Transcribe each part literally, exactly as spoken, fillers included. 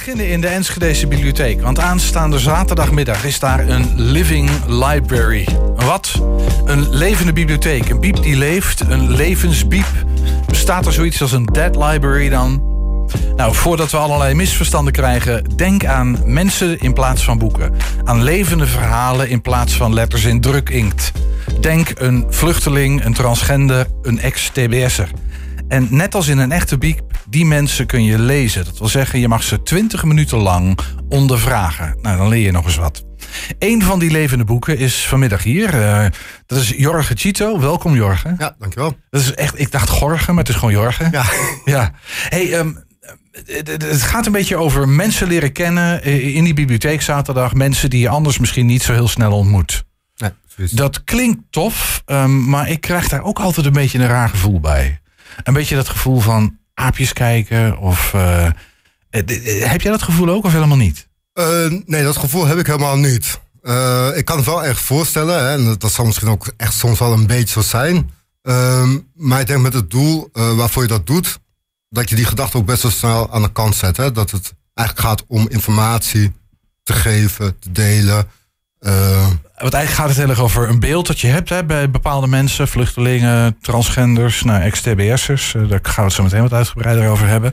beginnen in de Enschedese bibliotheek. Want aanstaande zaterdagmiddag is daar een living library. Wat? Een levende bibliotheek. Een biep die leeft, een levensbiep. Bestaat er zoiets als een dead library dan? Nou, voordat we allerlei misverstanden krijgen, denk aan mensen in plaats van boeken. Aan levende verhalen in plaats van letters in drukinkt. Denk een vluchteling, een transgender, een ex-T B S'er. En net als in een echte biep, die mensen kun je lezen. Dat wil zeggen, je mag ze twintig minuten lang ondervragen. Nou, dan leer je nog eens wat. Eén van die levende boeken is vanmiddag hier. Uh, dat is Jorge Chito. Welkom, Jorge. Ja, dankjewel. Dat is echt, ik dacht Jorge, maar het is gewoon Jorge. Ja. Ja. Hey, um, het gaat een beetje over mensen leren kennen in die bibliotheek zaterdag. Mensen die je anders misschien niet zo heel snel ontmoet. Nee, precies. Dat klinkt tof, um, maar ik krijg daar ook altijd een beetje een raar gevoel bij. Een beetje dat gevoel van aapjes kijken of... Uh, heb jij dat gevoel ook of helemaal niet? Uh, nee, dat gevoel heb ik helemaal niet. Uh, ik kan het wel echt voorstellen, hè, en dat zal misschien ook echt soms wel een beetje zo zijn. Uh, maar ik denk met het doel uh, waarvoor je dat doet, dat je die gedachte ook best wel snel aan de kant zet. Hè? Dat het eigenlijk gaat om informatie te geven, te delen. Uh, Want eigenlijk gaat het heel erg over een beeld dat je hebt hè, bij bepaalde mensen, vluchtelingen, transgenders, nou, ex-T B S'ers. Uh, daar gaan we het zo meteen wat uitgebreider over hebben.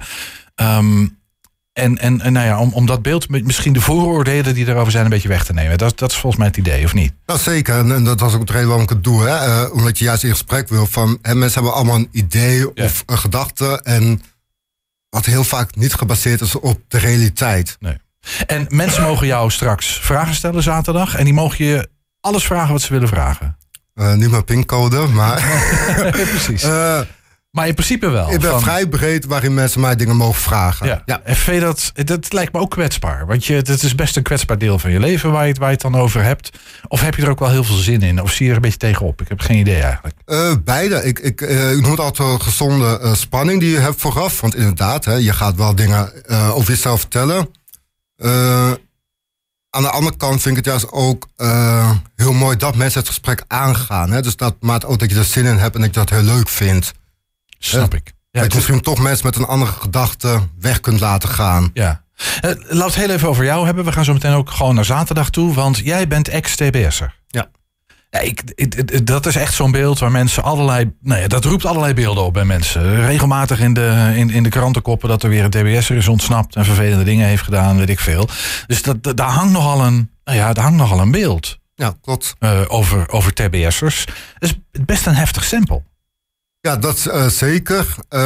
Um, en en, en nou ja, om, om dat beeld, misschien de vooroordelen die erover zijn, een beetje weg te nemen. Dat, dat is volgens mij het idee, of niet? Nou, zeker. En, en dat was ook het reden waarom ik het doe. Hè? Uh, omdat je juist in gesprek wil van, hè, mensen hebben allemaal een idee ja. of een gedachte. En wat heel vaak niet gebaseerd is op de realiteit. Nee. En mensen mogen jou straks vragen stellen zaterdag. En die mogen je alles vragen wat ze willen vragen. Uh, niet mijn pincode, maar... Precies. Uh, maar in principe wel. Ik ben van... vrij breed waarin mensen mij dingen mogen vragen. Ja. Ja. En vind je dat, dat lijkt me ook kwetsbaar. Want je, het is best een kwetsbaar deel van je leven waar je, het, waar je het dan over hebt. Of heb je er ook wel heel veel zin in? Of zie je er een beetje tegenop? Ik heb geen idee eigenlijk. Uh, beide. Ik, ik, uh, ik noem het altijd een gezonde uh, spanning die je hebt vooraf. Want inderdaad, hè, je gaat wel dingen uh, over jezelf vertellen. Uh, aan de andere kant vind ik het juist ook uh, heel mooi dat mensen het gesprek aangaan. Hè? Dus dat maakt ook dat je er zin in hebt en dat je dat heel leuk vindt. Snap ik. Ja, dat je misschien toch mensen met een andere gedachte weg kunt laten gaan. Ja. Uh, laten we het heel even over jou hebben. We gaan zo meteen ook gewoon naar zaterdag toe, want jij bent ex-T B S'er. Ja. Ja, ik, ik, dat is echt zo'n beeld waar mensen allerlei... Nou ja, dat roept allerlei beelden op bij mensen. Regelmatig in de, in, in de krantenkoppen dat er weer een T B S'er is ontsnapt en vervelende dingen heeft gedaan, weet ik veel. Dus dat, dat, daar hangt nogal een, nou ja, daar hangt nogal een beeld. Ja, klopt. Uh, over, over T B S'ers. Dat is best een heftig stempel. Ja, dat uh, zeker.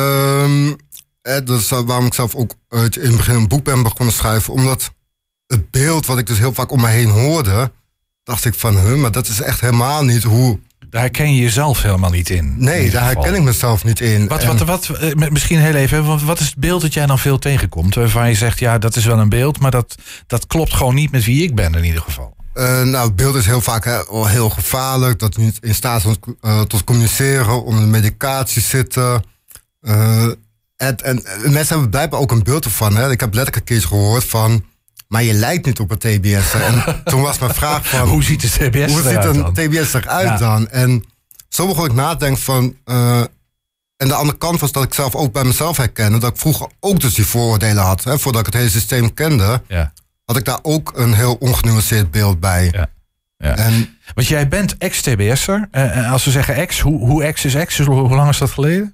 Um, eh, dat is uh, waarom ik zelf ook uh, in het begin een boek ben begonnen schrijven. Omdat het beeld wat ik dus heel vaak om me heen hoorde, dacht ik van, huh, maar dat is echt helemaal niet hoe... Daar herken je jezelf helemaal niet in. Nee, in daar herken ik mezelf niet in. Wat, en... wat, wat, misschien heel even, wat, wat is het beeld dat jij dan veel tegenkomt? Waarvan je zegt, ja, dat is wel een beeld, maar dat, dat klopt gewoon niet met wie ik ben in ieder geval. Uh, nou, het beeld is heel vaak heel, heel gevaarlijk. Dat we niet in staat zijn uh, tot communiceren, onder de medicatie zitten. Uh, en, en mensen hebben blijkbaar ook een beeld ervan. Hè. Ik heb letterlijk een keer gehoord van, maar je lijkt niet op een T B S'er. En toen was mijn vraag van, hoe ziet een T B S'er Hoe ziet een dan? T B S'er eruit ja. dan? En zo begon ik na te denken van... Uh, en de andere kant was dat ik zelf ook bij mezelf herkende, dat ik vroeger ook dus die vooroordelen had. Hè, voordat ik het hele systeem kende, ja. had ik daar ook een heel ongenuanceerd beeld bij. Ja. Ja. En, want jij bent ex-T B S'er. Uh, als we zeggen ex, hoe, hoe ex is ex? Hoe, hoe lang is dat geleden?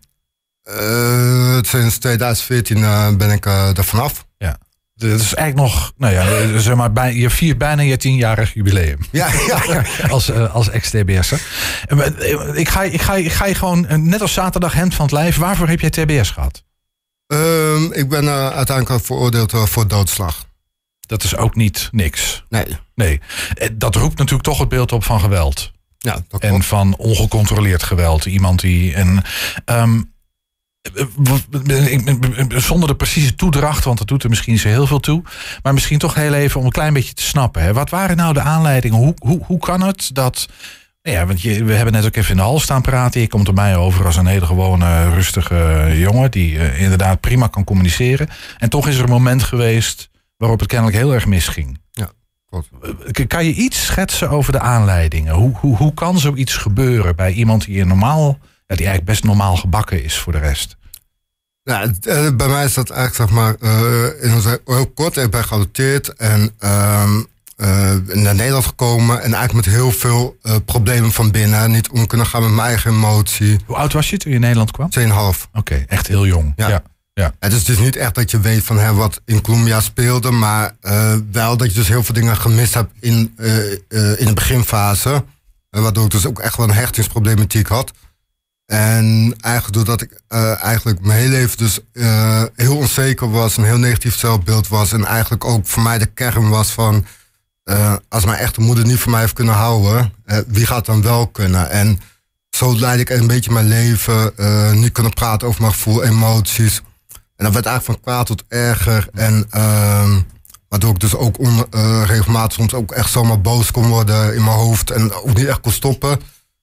Uh, sinds twintig veertien uh, ben ik uh, er vanaf. Ja. Dat is eigenlijk nog, nou ja, zeg maar, bij, je viert bijna je tienjarig jubileum. Ja, ja, ja. als, uh, als ex-T B S'er. Ik ga, ik, ga, ik ga je gewoon, net als zaterdag, hemd van het lijf. Waarvoor heb jij T B S gehad? Uh, ik ben uh, uiteindelijk veroordeeld uh, voor doodslag. Dat is ook niet niks. Nee. Nee. Dat roept natuurlijk toch het beeld op van geweld. Ja, dat en klopt. van ongecontroleerd geweld. Iemand die... En, um, zonder de precieze toedracht, want dat doet er misschien niet zo heel veel toe. Maar misschien toch heel even om een klein beetje te snappen. Hè. Wat waren nou de aanleidingen? Hoe, hoe, hoe kan het dat... Ja, want je, we hebben net ook even in de hal staan praten. Je komt er mij over als een hele gewone, rustige jongen die uh, inderdaad prima kan communiceren. En toch is er een moment geweest waarop het kennelijk heel erg misging. Ja, klopt. Kan je iets schetsen over de aanleidingen? Hoe, hoe, hoe kan zoiets gebeuren bij iemand die, normaal, ja, die eigenlijk best normaal gebakken is voor de rest? Ja, bij mij is dat eigenlijk, zeg maar, uh, in een, heel kort. Ik ben geadopteerd en uh, uh, naar Nederland gekomen. En eigenlijk met heel veel uh, problemen van binnen. Niet om kunnen gaan met mijn eigen emotie. Hoe oud was je toen je in Nederland kwam? twee komma vijf. Oké, okay, echt heel jong. Ja. ja. Ja. Het is dus niet echt dat je weet van hè, wat in Colombia speelde. Maar uh, wel dat je dus heel veel dingen gemist hebt in, uh, uh, in de beginfase. Uh, waardoor ik dus ook echt wel een hechtingsproblematiek had. En eigenlijk doordat ik uh, eigenlijk mijn hele leven dus uh, heel onzeker was, een heel negatief zelfbeeld was. En eigenlijk ook voor mij de kern was van, uh, als mijn echte moeder niet voor mij heeft kunnen houden, uh, wie gaat dan wel kunnen? En zo leidde ik een beetje mijn leven, uh, niet kunnen praten over mijn gevoel, emoties. En dat werd eigenlijk van kwaad tot erger. En uh, waardoor ik dus ook on, uh, regelmatig soms ook echt zomaar boos kon worden in mijn hoofd. En ook niet echt kon stoppen.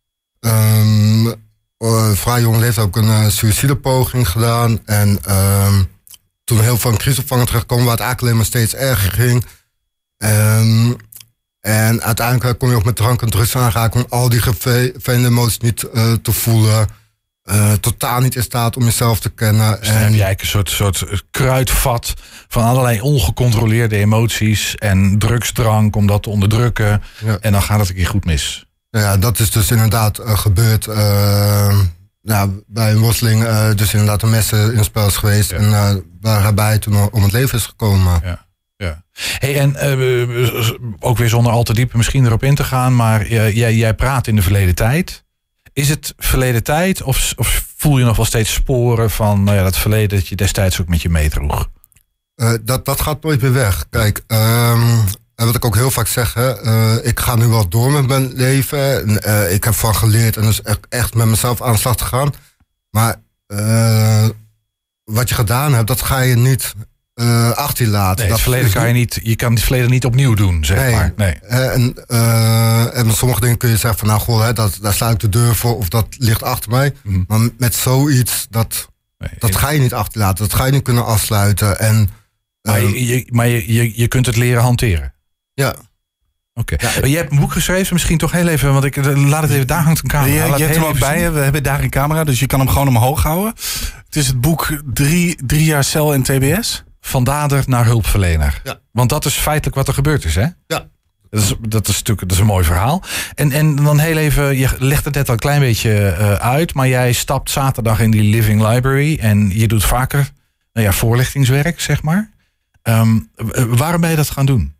Um, uh, vrij jong leeftijd heb ik een uh, suïcidepoging gedaan. En uh, toen heel veel in crisisopvang terechtkwam, waar het eigenlijk alleen maar steeds erger ging. Um, en uiteindelijk kon je ook met drank en drugs aanraken om al die vervelende emoties niet uh, te voelen. Uh, totaal niet in staat om jezelf te kennen. Dus dan en... heb je eigenlijk een soort, soort kruidvat van allerlei ongecontroleerde emoties en drugsdrank om dat te onderdrukken. Ja. En dan gaat het een keer goed mis. Ja, dat is dus inderdaad uh, gebeurd. Uh, nou, bij een worsteling uh, dus inderdaad een messen in het spel is geweest. Ja. En uh, waarbij toen om het leven is gekomen. Ja. Ja. Hey, en uh, ook weer zonder al te diep misschien erop in te gaan, maar uh, jij, jij praat in de verleden tijd. Is het verleden tijd of, of voel je nog wel steeds sporen van nou ja, dat verleden dat je destijds ook met je meedroeg? Uh, dat, dat gaat nooit meer weg. Kijk, um, en wat ik ook heel vaak zeg, hè, uh, ik ga nu wel door met mijn leven. En, uh, ik heb van geleerd en dus echt, echt met mezelf aan de slag te gaan. Maar uh, wat je gedaan hebt, dat ga je niet uh, achter je laten. Nee, dat het verleden kan je niet, je kan het verleden niet opnieuw doen, zeg nee, maar. Nee. En, uh, en met sommige dingen kun je zeggen van nou goh, hè, dat, daar sluit ik de deur voor of dat ligt achter mij. Mm. Maar met zoiets, dat, nee, dat ga je niet achterlaten. Dat ga je niet kunnen afsluiten. En, uh, maar je, je, maar je, je, je kunt het leren hanteren. Ja. Oké. Okay. Ja, je hebt een boek geschreven, misschien toch heel even, want ik laat het even, daar hangt een camera. Ja, je hebt hem ook bij je, we hebben daar een camera, dus je kan hem gewoon omhoog houden. Het is het boek Drie, drie jaar cel en T B S. Van dader naar hulpverlener. Ja. Want dat is feitelijk wat er gebeurd is, hè? Ja. Dat is, dat is natuurlijk dat is een mooi verhaal. En, en dan heel even, je legt het net al een klein beetje uh, uit, maar jij stapt zaterdag in die Living Library en je doet vaker nou ja, voorlichtingswerk, zeg maar. Um, waarom ben je dat gaan doen?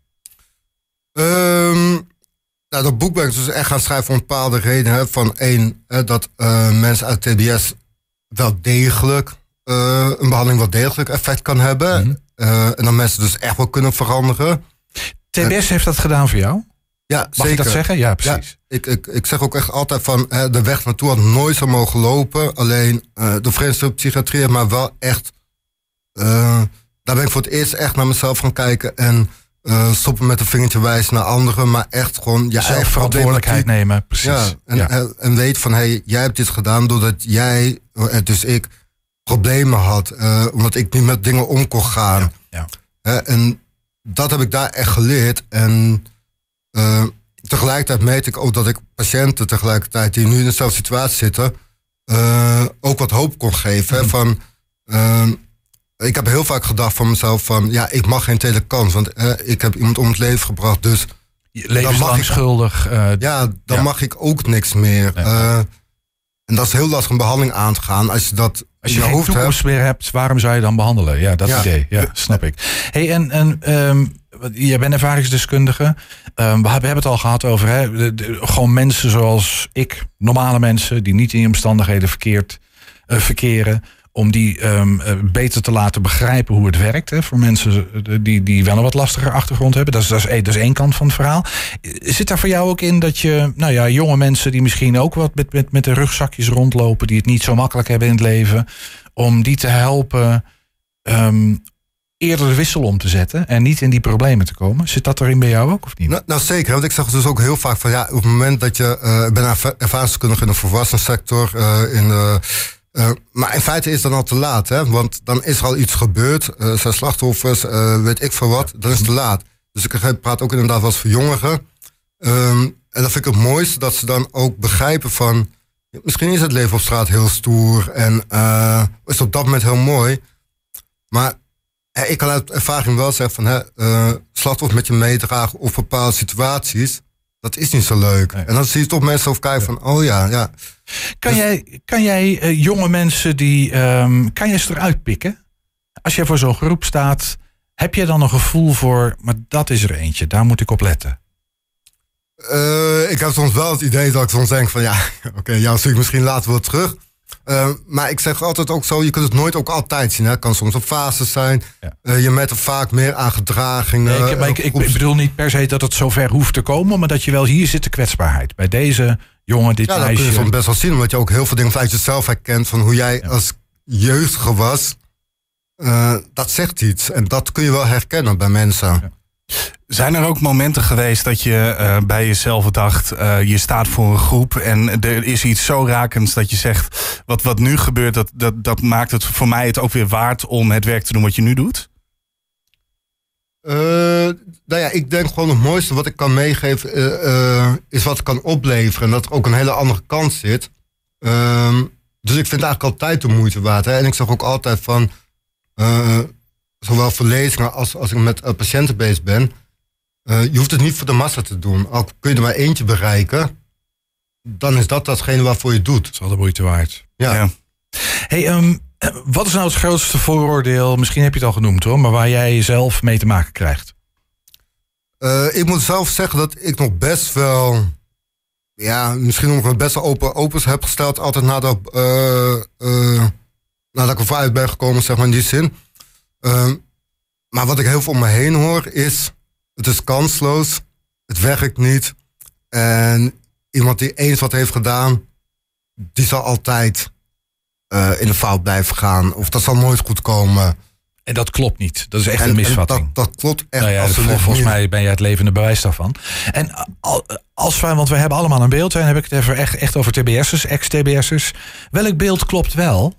Um, nou, dat boek ben ik dus echt gaan schrijven voor een bepaalde reden. Hè, van één, hè, dat uh, mensen uit T B S wel degelijk uh, een behandeling wel degelijk effect kan hebben. Mm-hmm. Uh, en dan mensen dus echt wel kunnen veranderen. T B S heeft dat gedaan voor jou? Ja, Mag zeker. je dat zeggen? Ja, precies. Ja, ik, ik, ik zeg ook echt altijd van hè, de weg naartoe had nooit zo mogen lopen. Alleen uh, de Verenigde Psychiatrie, maar wel echt. Uh, daar ben ik voor het eerst echt naar mezelf gaan kijken en uh, stoppen met een vingertje wijzen naar anderen, maar echt gewoon je eigen verantwoordelijkheid nemen. Precies. Ja, en, ja. en, en weet van hé, hey, jij hebt dit gedaan doordat jij, dus ik, problemen had, uh, omdat ik niet met dingen om kon gaan. Ja, ja. Hè, en dat heb ik daar echt geleerd. En uh, tegelijkertijd meet ik ook dat ik patiënten tegelijkertijd die nu in dezelfde situatie zitten, uh, ook wat hoop kon geven. Mm-hmm. Hè, van, uh, ik heb heel vaak gedacht van mezelf van ja, ik mag geen tweede kans, want uh, ik heb iemand om het leven gebracht, dus levenslang schuldig. Uh, ja, dan ja. mag ik ook niks meer. Ja. Uh, en dat is heel lastig om behandeling aan te gaan als je dat Als je, je geen toekomst meer hebt, waarom zou je dan behandelen? Ja, dat ja. idee. Ja, snap ik. Hey, en, en um, jij bent ervaringsdeskundige. Um, we hebben het al gehad over hè, de, de, gewoon mensen zoals ik, normale mensen die niet in die omstandigheden verkeerd uh, verkeren, om die um, uh, beter te laten begrijpen hoe het werkt. Hè, voor mensen die, die wel een wat lastiger achtergrond hebben. Dat is, dat, is, dat is één kant van het verhaal. Zit daar voor jou ook in dat je, nou ja, jonge mensen die misschien ook wat met, met, met de rugzakjes rondlopen, die het niet zo makkelijk hebben in het leven, om die te helpen um, eerder de wissel om te zetten en niet in die problemen te komen? Zit dat erin bij jou ook of niet? Nou, nou zeker, want ik zeg dus ook heel vaak van ja, op het moment dat je, uh, ik ben ervaringsdeskundige in de volwassensector, uh, in de Uh, maar in feite is het dan al te laat, hè? Want dan is er al iets gebeurd. Uh, zijn slachtoffers, uh, weet ik veel wat. Dan is het te laat. Dus ik praat ook inderdaad wel eens voor jongeren. Um, en dat vind ik het mooiste, dat ze dan ook begrijpen van misschien is het leven op straat heel stoer en uh, is op dat moment heel mooi. Maar uh, ik kan uit ervaring wel zeggen van, hè, uh, slachtoffers met je meedragen of bepaalde situaties, dat is niet zo leuk. Nee. En dan zie je toch mensen over kijken van, oh ja, ja. Kan dus, jij, kan jij uh, jonge mensen die, um, kan jij ze eruit pikken? Als jij voor zo'n groep staat, heb je dan een gevoel voor, maar dat is er eentje, daar moet ik op letten? Uh, ik heb soms wel het idee dat ik soms denk van, ja, oké, okay, jou zie ik misschien later wel terug. Uh, maar ik zeg altijd ook zo, je kunt het nooit ook altijd zien. Hè? Het kan soms op fases zijn. Ja. Uh, je met er vaak meer aan gedragingen. Nee, ik, maar ik, ik, ik bedoel niet per se dat het zover hoeft te komen, maar dat je wel, hier zit de kwetsbaarheid. Bij deze jongen, dit ja, meisje. Ja, dat kun je soms best wel zien, omdat je ook heel veel dingen vanuit jezelf herkent van hoe jij ja. als jeugdige was. Uh, dat zegt iets. En dat kun je wel herkennen bij mensen. Ja. Zijn er ook momenten geweest dat je uh, bij jezelf dacht, uh, je staat voor een groep en er is iets zo rakends dat je zegt, wat, wat nu gebeurt, dat, dat, dat maakt het voor mij het ook weer waard om het werk te doen wat je nu doet? Uh, nou ja, ik denk gewoon het mooiste wat ik kan meegeven uh, uh, is wat ik kan opleveren. En dat er ook een hele andere kant zit. Uh, dus ik vind het eigenlijk altijd de moeite waard. Hè? En ik zeg ook altijd van, uh, zowel voor lezingen als als ik met uh, patiënten bezig ben, uh, je hoeft het niet voor de massa te doen. Al kun je er maar eentje bereiken, dan is dat datgene waarvoor je het doet. Dat is al de moeite waard. Ja. ja. Hey, um, wat is nou het grootste vooroordeel, misschien heb je het al genoemd hoor, maar waar jij zelf mee te maken krijgt? Uh, ik moet zelf zeggen dat ik nog best wel, ja, misschien nog best wel open opens heb gesteld, altijd nadat, uh, uh, nadat ik ervoor uit ben gekomen, zeg maar in die zin. Uh, maar wat ik heel veel om me heen hoor is, het is kansloos, het werkt niet. En iemand die eens wat heeft gedaan, die zal altijd uh, in de fout blijven gaan. Of dat zal nooit goed komen. En dat klopt niet. Dat is echt en, een misvatting. Dat, dat klopt echt. Nou ja, vol, volgens mij ben jij het levende bewijs daarvan. En als wij, want we hebben allemaal een beeld, en dan heb ik het even echt, echt over T B S'ers, ex-T B S'ers. Welk beeld klopt wel?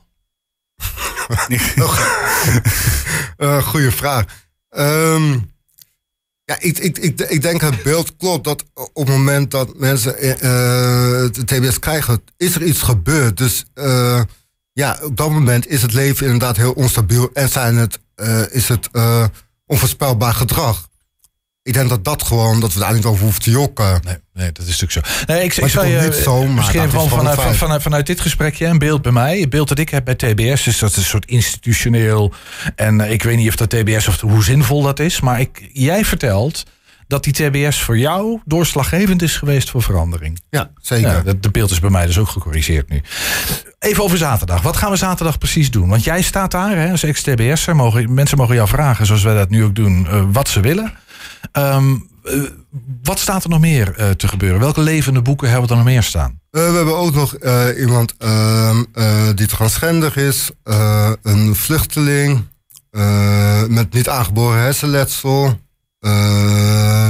uh, goeie vraag. Um, ja, ik, ik, ik, ik denk het beeld klopt dat op het moment dat mensen uh, de T B S krijgen, is er iets gebeurd. Dus uh, ja, op dat moment is het leven inderdaad heel onstabiel en zijn het, uh, is het uh, onvoorspelbaar gedrag. Ik denk dat dat gewoon, dat we daar niet over hoeven te jokken. Nee, nee, dat is natuurlijk zo. Nee, ik, ik zou je niet zo, misschien van, vanuit, van, vanuit, vanuit dit gesprekje een beeld bij mij. Het beeld dat ik heb bij T B S is dat het een soort institutioneel. En uh, ik weet niet of dat T B S of hoe zinvol dat is. Maar ik, jij vertelt dat die T B S voor jou doorslaggevend is geweest voor verandering. Ja, zeker. Ja, de, de beeld is bij mij dus ook gecorrigeerd nu. Even over zaterdag. Wat gaan we zaterdag precies doen? Want jij staat daar hè, als ex-T B S'er. Mogen, mensen mogen jou vragen, zoals wij dat nu ook doen, uh, wat ze willen. Um, uh, wat staat er nog meer uh, te gebeuren? Welke levende boeken hebben we er nog meer staan? Uh, we hebben ook nog uh, iemand uh, uh, die transgender is. Uh, een vluchteling. Uh, met niet aangeboren hersenletsel. Uh,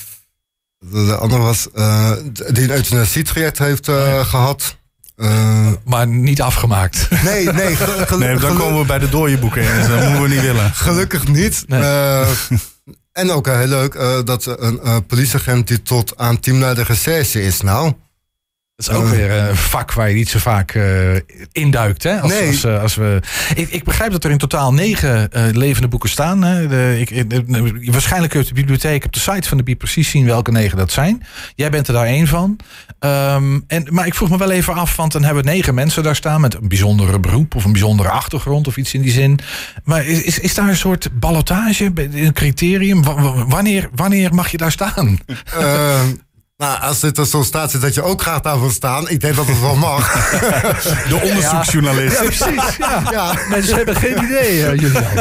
de, de andere was uh, die een euthanasietraject heeft uh, ja. gehad. Uh, maar niet afgemaakt. Nee, nee. Gel- gel- nee dan komen we bij de dooie boeken in. Dat moeten we niet willen. Gelukkig niet. Nee. Uh, en ook uh, heel leuk uh, dat een uh, politieagent die tot aan teamleider recherche is nou. Dat is ook uh, weer een vak waar je niet zo vaak uh, induikt. Hè? Als, nee. als, als, als we, ik, ik begrijp dat er in totaal negen uh, levende boeken staan. Hè? De, ik, de, waarschijnlijk kun je op de bibliotheek op de site van de Biep precies zien welke negen dat zijn. Jij bent er daar één van. Um, en, maar ik vroeg me wel even af, want dan hebben we negen mensen daar staan met een bijzondere beroep of een bijzondere achtergrond of iets in die zin. Maar is, is, is daar een soort ballotage, een criterium? W- wanneer, wanneer mag je daar staan? Uh, Nou, als dit er zo staat, zit dat je ook graag daar wil staan. Ik denk dat het wel mag. De onderzoeksjournalist. Ja, precies. Ja. Ja. Mensen hebben geen idee, uh, Julian.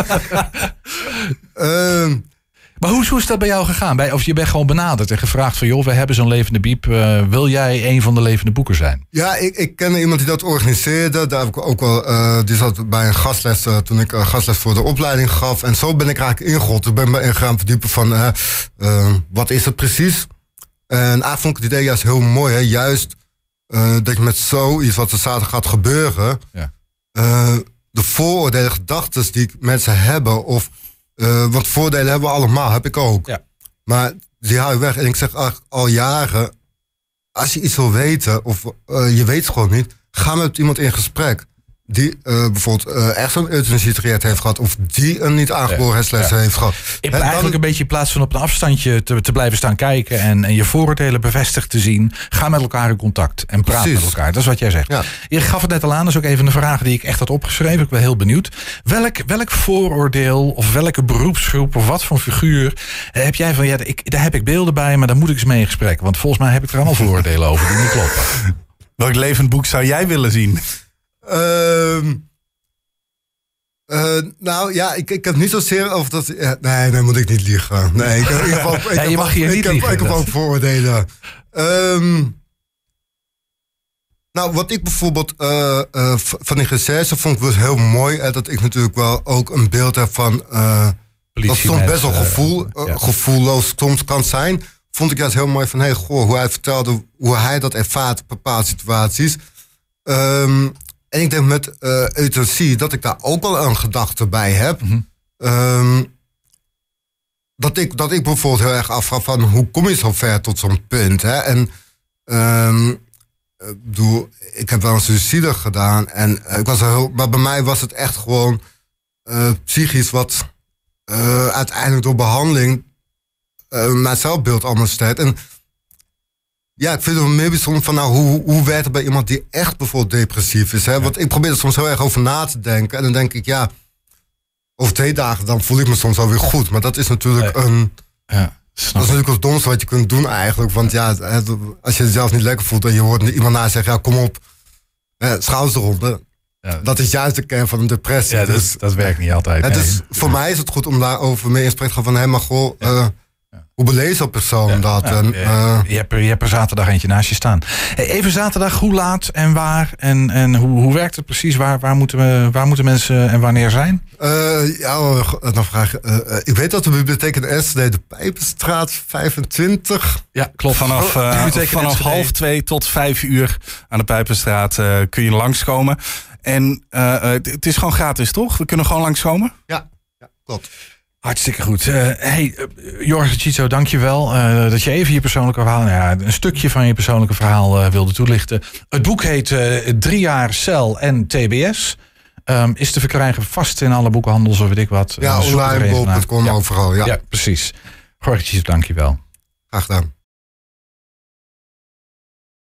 uh, maar hoe, hoe is dat bij jou gegaan? Bij, of je bent gewoon benaderd en gevraagd van, joh, we hebben zo'n levende biep. Uh, wil jij een van de levende boeken zijn? Ja, ik, ik ken iemand die dat organiseerde. Daar heb ik ook wel, uh, die zat bij een gastles uh, toen ik uh, gastles voor de opleiding gaf. En zo ben ik eigenlijk ingerold. Ik ben me in gaan verdiepen van, uh, uh, wat is het precies? En eigenlijk vond ik het idee juist heel mooi. Hè? Juist uh, dat je met zoiets wat er zaterdag gaat gebeuren. Ja. Uh, de vooroordelen, gedachten die mensen hebben. Of, uh, want voordelen hebben we allemaal, heb ik ook. Ja. Maar die hou je weg. En ik zeg al jaren, als je iets wil weten of uh, je weet het gewoon niet, ga met iemand in gesprek. Die uh, bijvoorbeeld uh, echt zo'n euthanasietraject heeft gehad. Of die een niet aangeboren hersenletsel ja. heeft gehad. In, He, eigenlijk dan, een beetje in plaats van op een afstandje te, te blijven staan kijken. En, en je vooroordelen bevestigd te zien. Ga met elkaar in contact. En praat precies. met elkaar. Dat is wat jij zegt. Ja. Je gaf het net al aan. Dat is ook even een vraag die ik echt had opgeschreven. Ik ben heel benieuwd. Welk, welk vooroordeel of welke beroepsgroep of wat voor figuur heb jij van... Ja, ik, daar heb ik beelden bij, maar daar moet ik eens mee in gesprek. Want volgens mij heb ik er allemaal vooroordelen over die niet kloppen. Welk levend boek zou jij willen zien? Uh, uh, nou ja, ik, ik heb niet zozeer over dat... Ja, nee, nee, moet ik niet liegen. Nee, ik, ik heb ook, ik ja, je heb mag ook, hier ik niet heb, liegen. Ik heb ook vooroordelen. Um, nou, wat ik bijvoorbeeld uh, uh, van die recherche vond ik dus heel mooi. Hè, dat ik natuurlijk wel ook een beeld heb van... Uh, dat soms best wel gevoel, uh, ja. gevoelloos soms kan zijn. Vond ik juist heel mooi van... Hey, goh, hoe hij vertelde hoe hij dat ervaart in bepaalde situaties... Um, En ik denk met uh, euthanasie dat ik daar ook wel een gedachte bij heb. Mm-hmm. Um, dat, ik, dat ik bijvoorbeeld heel erg afvraag van hoe kom je zo ver tot zo'n punt. Hè? En um, ik bedoel, ik heb wel een suïcide gedaan. En uh, ik was heel, maar bij mij was het echt gewoon uh, psychisch wat uh, uiteindelijk door behandeling uh, mijn zelfbeeld allemaal stelt. En ja, ik vind het meer bijzonder van, nou, hoe, hoe werkt het bij iemand die echt bijvoorbeeld depressief is? Hè? Want ik probeer er soms heel erg over na te denken. En dan denk ik, ja, over twee dagen dan voel ik me soms alweer goed. Maar dat is natuurlijk een... Ja, dat is natuurlijk het domste wat je kunt doen eigenlijk. Want ja, als je het zelf niet lekker voelt en je hoort iemand na zeggen, ja, kom op, schouders eronder. Ja. Dat is juist de kern van een depressie. Ja, dat, dus, dat werkt niet altijd. Ja, dus nee. Voor mij is het goed om daarover mee in gesprek te gaan van, hé, maar goh... Ja. Uh, Hoe beleest zo'n persoon ja, dat? Ja, en, uh... je, hebt er, je hebt er zaterdag eentje naast je staan. Even zaterdag, hoe laat en waar? En, en hoe, hoe werkt het precies? Waar, waar, moeten we, waar moeten mensen en wanneer zijn? Uh, ja, dan vraag ik. Uh, ik weet dat de bibliotheek in Enschede de Pijpenstraat vijfentwintig. Ja, klopt. Vanaf, uh, vanaf half twee tot vijf uur aan de Pijpenstraat uh, kun je langskomen. En uh, het is gewoon gratis, toch? We kunnen gewoon langskomen? Ja, ja klopt. Hartstikke goed. Uh, hey, uh, Jorge Cito, dank je wel uh, dat je even je persoonlijke verhaal, nou ja, een stukje van je persoonlijke verhaal uh, wilde toelichten. Het boek heet uh, Drie jaar cel en T B S. Um, is te verkrijgen vast in alle boekhandels of weet ik wat. Ja, online, bol punt com, ja. Overal. Ja. Ja, precies. Jorge Cito, dank je wel. Graag gedaan.